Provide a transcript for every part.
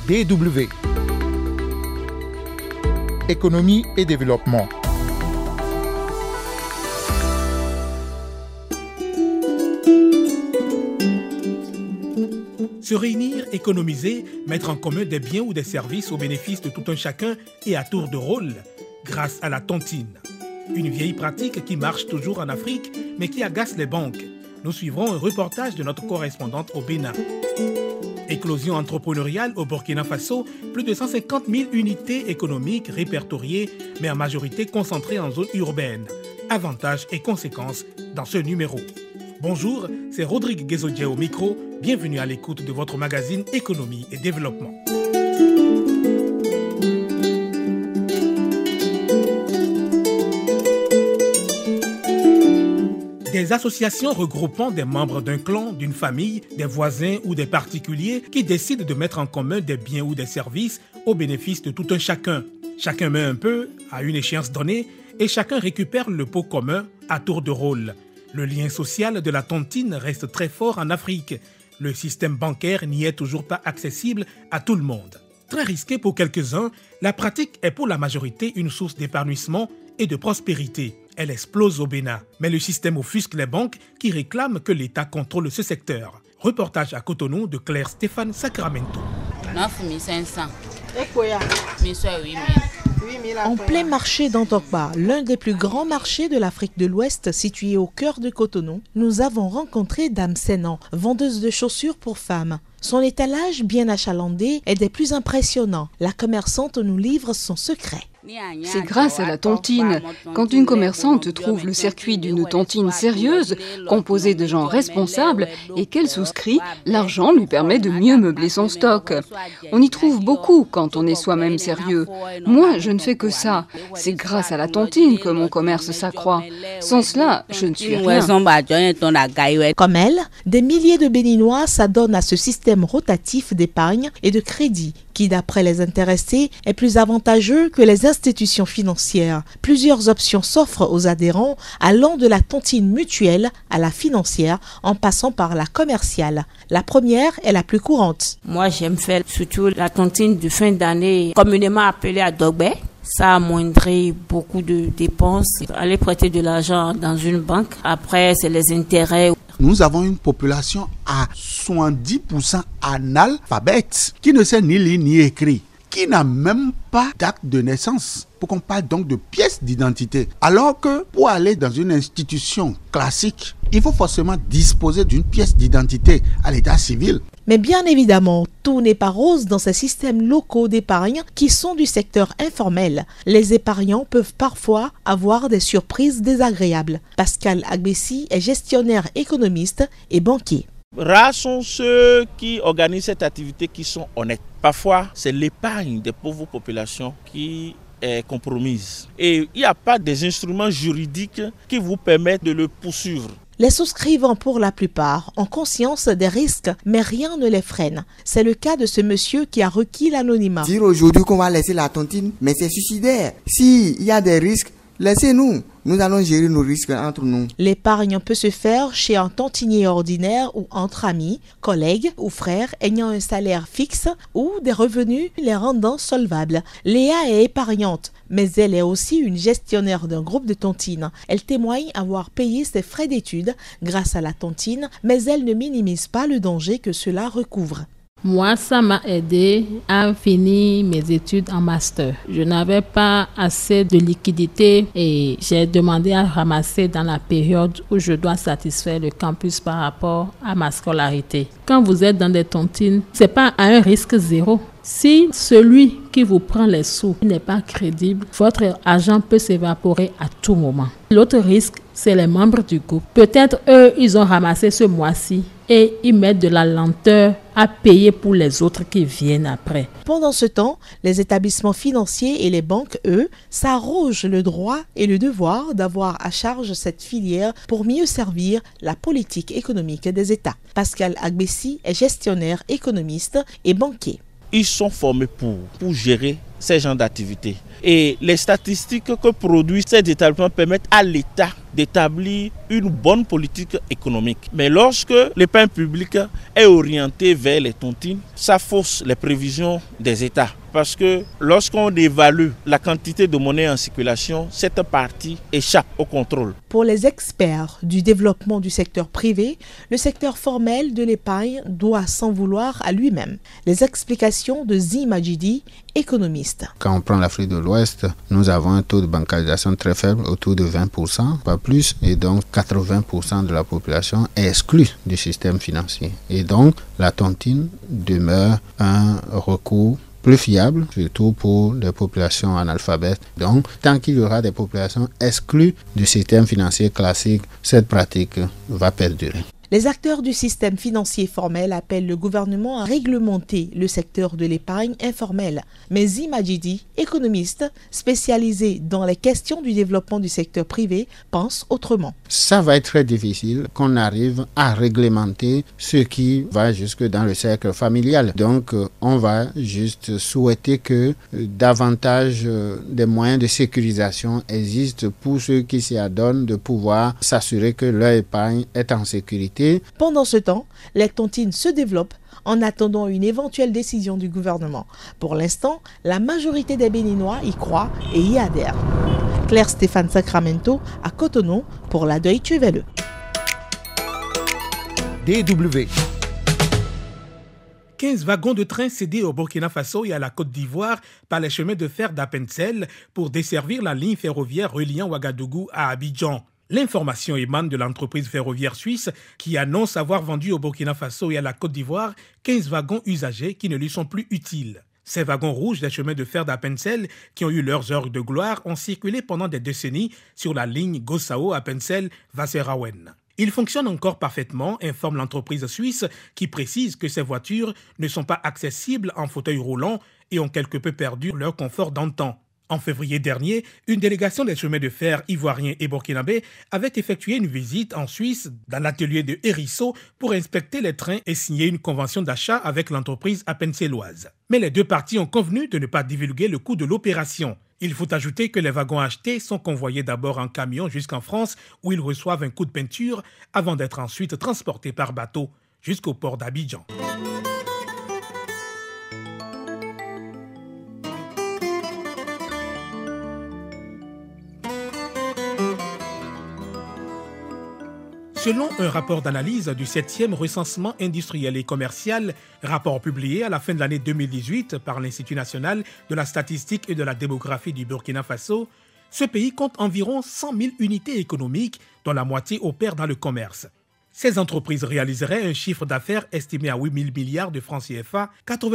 BW. Économie et développement. Se réunir, économiser, mettre en commun des biens ou des services au bénéfice de tout un chacun et à tour de rôle, grâce à la tontine. Une vieille pratique qui marche toujours en Afrique, mais qui agace les banques. Nous suivrons un reportage de notre correspondante au Bénin. Éclosion entrepreneuriale au Burkina Faso, plus de 150 000 unités économiques répertoriées, mais en majorité concentrées en zone urbaine. Avantages et conséquences dans ce numéro. Bonjour, c'est Rodrigue Guézodje au micro. Bienvenue à l'écoute de votre magazine Économie et Développement. Des associations regroupant des membres d'un clan, d'une famille, des voisins ou des particuliers qui décident de mettre en commun des biens ou des services au bénéfice de tout un chacun. Chacun met un peu à une échéance donnée et chacun récupère le pot commun à tour de rôle. Le lien social de la tontine reste très fort en Afrique. Le système bancaire n'y est toujours pas accessible à tout le monde. Très risqué pour quelques-uns, la pratique est pour la majorité une source d'épanouissement et de prospérité. Elle explose au Bénin, mais le système offusque les banques qui réclament que l'État contrôle ce secteur. Reportage à Cotonou de Claire Stéphane Sacramento. 9 500. En plein marché d'Antokpa, l'un des plus grands marchés de l'Afrique de l'Ouest situé au cœur de Cotonou, nous avons rencontré Dame Sénan, vendeuse de chaussures pour femmes. Son étalage bien achalandé est des plus impressionnants. La commerçante nous livre son secret. C'est grâce à la tontine. Quand une commerçante trouve le circuit d'une tontine sérieuse, composée de gens responsables, et qu'elle souscrit, l'argent lui permet de mieux meubler son stock. On y trouve beaucoup quand on est soi-même sérieux. Moi, je ne fais que ça. C'est grâce à la tontine que mon commerce s'accroît. Sans cela, je ne suis rien. Comme elle, des milliers de Béninois s'adonnent à ce système rotatif d'épargne et de crédit qui, d'après les intéressés, est plus avantageux que les institutions financières. Plusieurs options s'offrent aux adhérents, allant de la tontine mutuelle à la financière, en passant par la commerciale. La première est la plus courante. Moi, j'aime faire surtout la tontine de fin d'année, communément appelée à Dogbe. Ça amoindrit beaucoup de dépenses. Aller prêter de l'argent dans une banque, après, c'est les intérêts. Nous avons une population à 70% analphabète, qui ne sait ni lire ni écrire, qui n'a même pas d'acte de naissance, pour qu'on parle donc de pièce d'identité. Alors que pour aller dans une institution classique, il faut forcément disposer d'une pièce d'identité à l'état civil. Mais bien évidemment, tout n'est pas rose dans ces systèmes locaux d'épargne qui sont du secteur informel. Les épargnants peuvent parfois avoir des surprises désagréables. Pascal Agbessi est gestionnaire économiste et banquier. Rares sont ceux qui organisent cette activité qui sont honnêtes. Parfois, c'est l'épargne des pauvres populations qui est compromise. Et il n'y a pas des instruments juridiques qui vous permettent de le poursuivre. Les souscrivants, pour la plupart, ont conscience des risques, mais rien ne les freine. C'est le cas de ce monsieur qui a requis l'anonymat. Dire aujourd'hui qu'on va laisser la tontine, mais c'est suicidaire. S'il y a des risques, laissez-nous. Nous allons gérer nos risques entre nous. L'épargne peut se faire chez un tontinier ordinaire ou entre amis, collègues ou frères ayant un salaire fixe ou des revenus les rendant solvables. Léa est épargnante, mais elle est aussi une gestionnaire d'un groupe de tontines. Elle témoigne avoir payé ses frais d'études grâce à la tontine, mais elle ne minimise pas le danger que cela recouvre. Moi, ça m'a aidé à finir mes études en master. Je n'avais pas assez de liquidité et j'ai demandé à ramasser dans la période où je dois satisfaire le campus par rapport à ma scolarité. Quand vous êtes dans des tontines, c'est pas à un risque zéro. Si celui qui vous prend les sous n'est pas crédible, votre argent peut s'évaporer à tout moment. L'autre risque, c'est les membres du groupe. Peut-être eux, ils ont ramassé ce mois-ci et ils mettent de la lenteur à payer pour les autres qui viennent après. Pendant ce temps, les établissements financiers et les banques, eux, s'arrogent le droit et le devoir d'avoir à charge cette filière pour mieux servir la politique économique des États. Pascal Agbessi est gestionnaire, économiste et banquier. Ils sont formés pour gérer ces genres d'activités. Et les statistiques que produisent ces établissements permettent à l'État d'établir une bonne politique économique. Mais lorsque l'épargne publique est orientée vers les tontines, ça fausse les prévisions des États. Parce que lorsqu'on évalue la quantité de monnaie en circulation, cette partie échappe au contrôle. Pour les experts du développement du secteur privé, le secteur formel de l'épargne doit s'en vouloir à lui-même. Les explications de Zi Majidi, économiste. Quand on prend l'Afrique de l'Ouest, nous avons un taux de bancarisation très faible, autour de 20%, pas plus, et donc 80% de la population est exclue du système financier. Et donc, la tontine demeure un recours plus fiable, surtout pour des populations analphabètes. Donc, tant qu'il y aura des populations exclues du système financier classique, cette pratique va perdurer. Les acteurs du système financier formel appellent le gouvernement à réglementer le secteur de l'épargne informelle. Mais Zi Majidi, économiste spécialisé dans les questions du développement du secteur privé, pense autrement. Ça va être très difficile qu'on arrive à réglementer ce qui va jusque dans le cercle familial. Donc, on va juste souhaiter que davantage des moyens de sécurisation existent pour ceux qui s'y adonnent de pouvoir s'assurer que leur épargne est en sécurité. Pendant ce temps, les tontines se développent en attendant une éventuelle décision du gouvernement. Pour l'instant, la majorité des Béninois y croient et y adhèrent. Claire Stéphane Sacramento à Cotonou pour la Deutsche Welle. DW. 15 wagons de train cédés au Burkina Faso et à la Côte d'Ivoire par les chemins de fer d'Appenzell pour desservir la ligne ferroviaire reliant Ouagadougou à Abidjan. L'information émane de l'entreprise ferroviaire suisse qui annonce avoir vendu au Burkina Faso et à la Côte d'Ivoire 15 wagons usagés qui ne lui sont plus utiles. Ces wagons rouges des chemins de fer d'Appenzell, qui ont eu leurs heures de gloire, ont circulé pendant des décennies sur la ligne Gossao-Appenzell-Wasserawen. Ils fonctionnent encore parfaitement, informe l'entreprise suisse qui précise que ces voitures ne sont pas accessibles en fauteuil roulant et ont quelque peu perdu leur confort d'antan. En février dernier, une délégation des chemins de fer ivoiriens et burkinabés avait effectué une visite en Suisse dans l'atelier de Hérisseau pour inspecter les trains et signer une convention d'achat avec l'entreprise appenzelloise. Mais les deux parties ont convenu de ne pas divulguer le coût de l'opération. Il faut ajouter que les wagons achetés sont convoyés d'abord en camion jusqu'en France où ils reçoivent un coup de peinture avant d'être ensuite transportés par bateau jusqu'au port d'Abidjan. Selon un rapport d'analyse du 7e recensement industriel et commercial, rapport publié à la fin de l'année 2018 par l'Institut national de la statistique et de la démographie du Burkina Faso, ce pays compte environ 100 000 unités économiques, dont la moitié opère dans le commerce. Ces entreprises réaliseraient un chiffre d'affaires estimé à 8 000 milliards de francs CFA.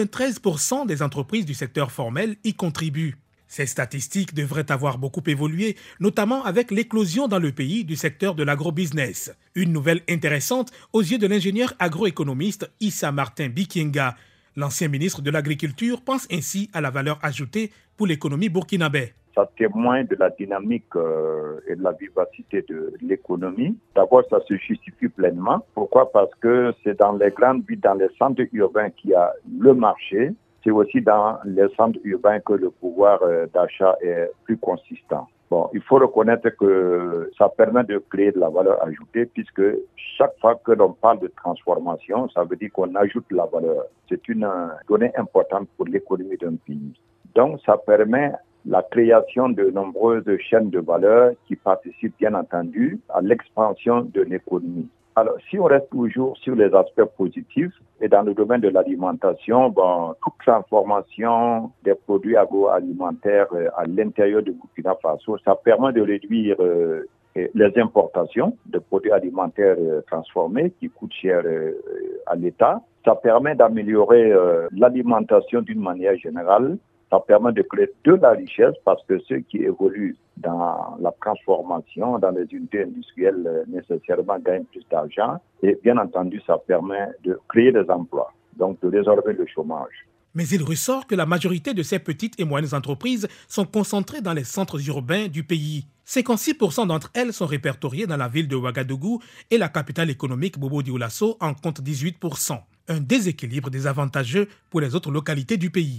93% des entreprises du secteur formel y contribuent. Ces statistiques devraient avoir beaucoup évolué, notamment avec l'éclosion dans le pays du secteur de l'agrobusiness. Une nouvelle intéressante aux yeux de l'ingénieur agroéconomiste Issa Martin Bikienga. L'ancien ministre de l'Agriculture pense ainsi à la valeur ajoutée pour l'économie burkinabé. Ça témoigne de la dynamique et de la vivacité de l'économie. D'abord, ça se justifie pleinement. Pourquoi ? Parce que c'est dans les grandes villes, dans les centres urbains qu'il y a le marché. C'est aussi dans les centres urbains que le pouvoir d'achat est plus consistant. Bon, il faut reconnaître que ça permet de créer de la valeur ajoutée puisque chaque fois que l'on parle de transformation, ça veut dire qu'on ajoute la valeur. C'est une donnée importante pour l'économie d'un pays. Donc, ça permet la création de nombreuses chaînes de valeur qui participent bien entendu à l'expansion de l'économie. Alors, si on reste toujours sur les aspects positifs et dans le domaine de l'alimentation, toute transformation des produits agroalimentaires à l'intérieur du Burkina Faso, ça permet de réduire les importations de produits alimentaires transformés qui coûtent cher à l'État. Ça permet d'améliorer l'alimentation d'une manière générale. Ça permet de créer de la richesse parce que ceux qui évoluent dans la transformation, dans les unités industrielles nécessairement gagnent plus d'argent. Et bien entendu, ça permet de créer des emplois, donc de résorber le chômage. Mais il ressort que la majorité de ces petites et moyennes entreprises sont concentrées dans les centres urbains du pays. 56% d'entre elles sont répertoriées dans la ville de Ouagadougou et la capitale économique Bobo-Dioulasso en compte 18%. Un déséquilibre désavantageux pour les autres localités du pays.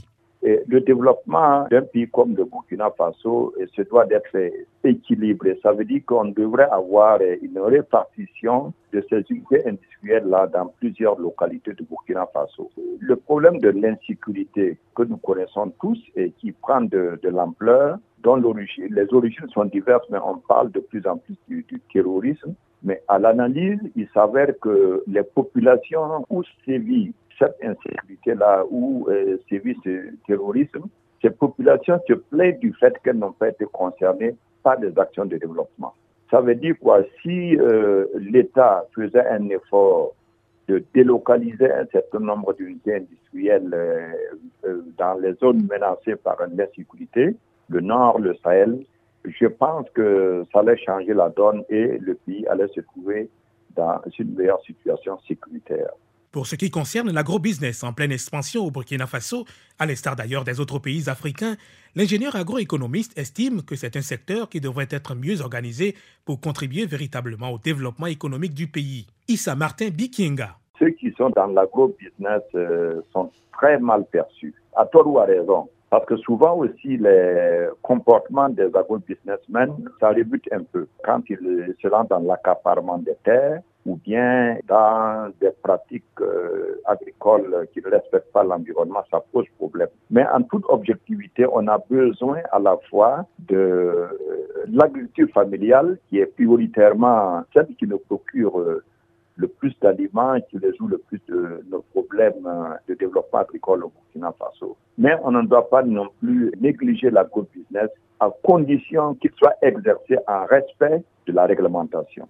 Et le développement d'un pays comme le Burkina Faso se doit d'être équilibré. Ça veut dire qu'on devrait avoir une répartition de ces unités industrielles-là dans plusieurs localités du Burkina Faso. Le problème de l'insécurité que nous connaissons tous et qui prend de l'ampleur, dont les origines sont diverses, mais on parle de plus en plus du terrorisme. Mais à l'analyse, il s'avère que les populations où sévit cette insécurité-là, où sévit ce terrorisme, ces populations se plaignent du fait qu'elles n'ont pas été concernées par des actions de développement. Ça veut dire quoi? Si l'État faisait un effort de délocaliser un certain nombre d'unités industrielles dans les zones menacées par l'insécurité, le Nord, le Sahel, je pense que ça allait changer la donne et le pays allait se trouver dans une meilleure situation sécuritaire. Pour ce qui concerne l'agrobusiness en pleine expansion au Burkina Faso, à l'instar d'ailleurs des autres pays africains, l'ingénieur agroéconomiste estime que c'est un secteur qui devrait être mieux organisé pour contribuer véritablement au développement économique du pays. Issa Martin Bikinga. Ceux qui sont dans l'agrobusiness sont très mal perçus, à tort ou à raison. Parce que souvent aussi, les comportements des agro-businessmen, ça rebute un peu. Quand ils se lancent dans l'accaparement des terres ou bien dans des pratiques agricoles qui ne respectent pas l'environnement, ça pose problème. Mais en toute objectivité, on a besoin à la fois de l'agriculture familiale qui est prioritairement celle qui nous procure le plus d'aliments et qui résout le plus de nos problèmes de développement agricole au Burkina Faso. Mais on ne doit pas non plus négliger l'agrobusiness à condition qu'il soit exercé en respect de la réglementation.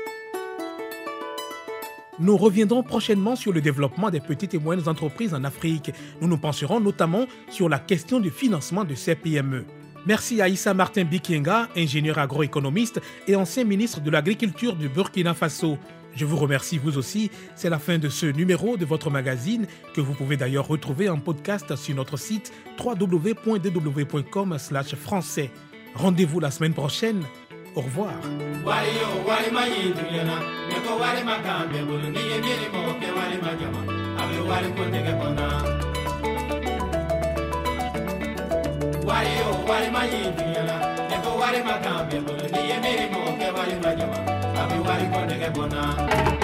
Nous reviendrons prochainement sur le développement des petites et moyennes entreprises en Afrique. Nous pencherons notamment sur la question du financement de ces PME. Merci à Issa Martin Bikinga, ingénieur agroéconomiste et ancien ministre de l'Agriculture du Burkina Faso. Je vous remercie vous aussi. C'est la fin de ce numéro de votre magazine que vous pouvez d'ailleurs retrouver en podcast sur notre site www.dw.com/français. Rendez-vous la semaine prochaine. Au revoir. Wari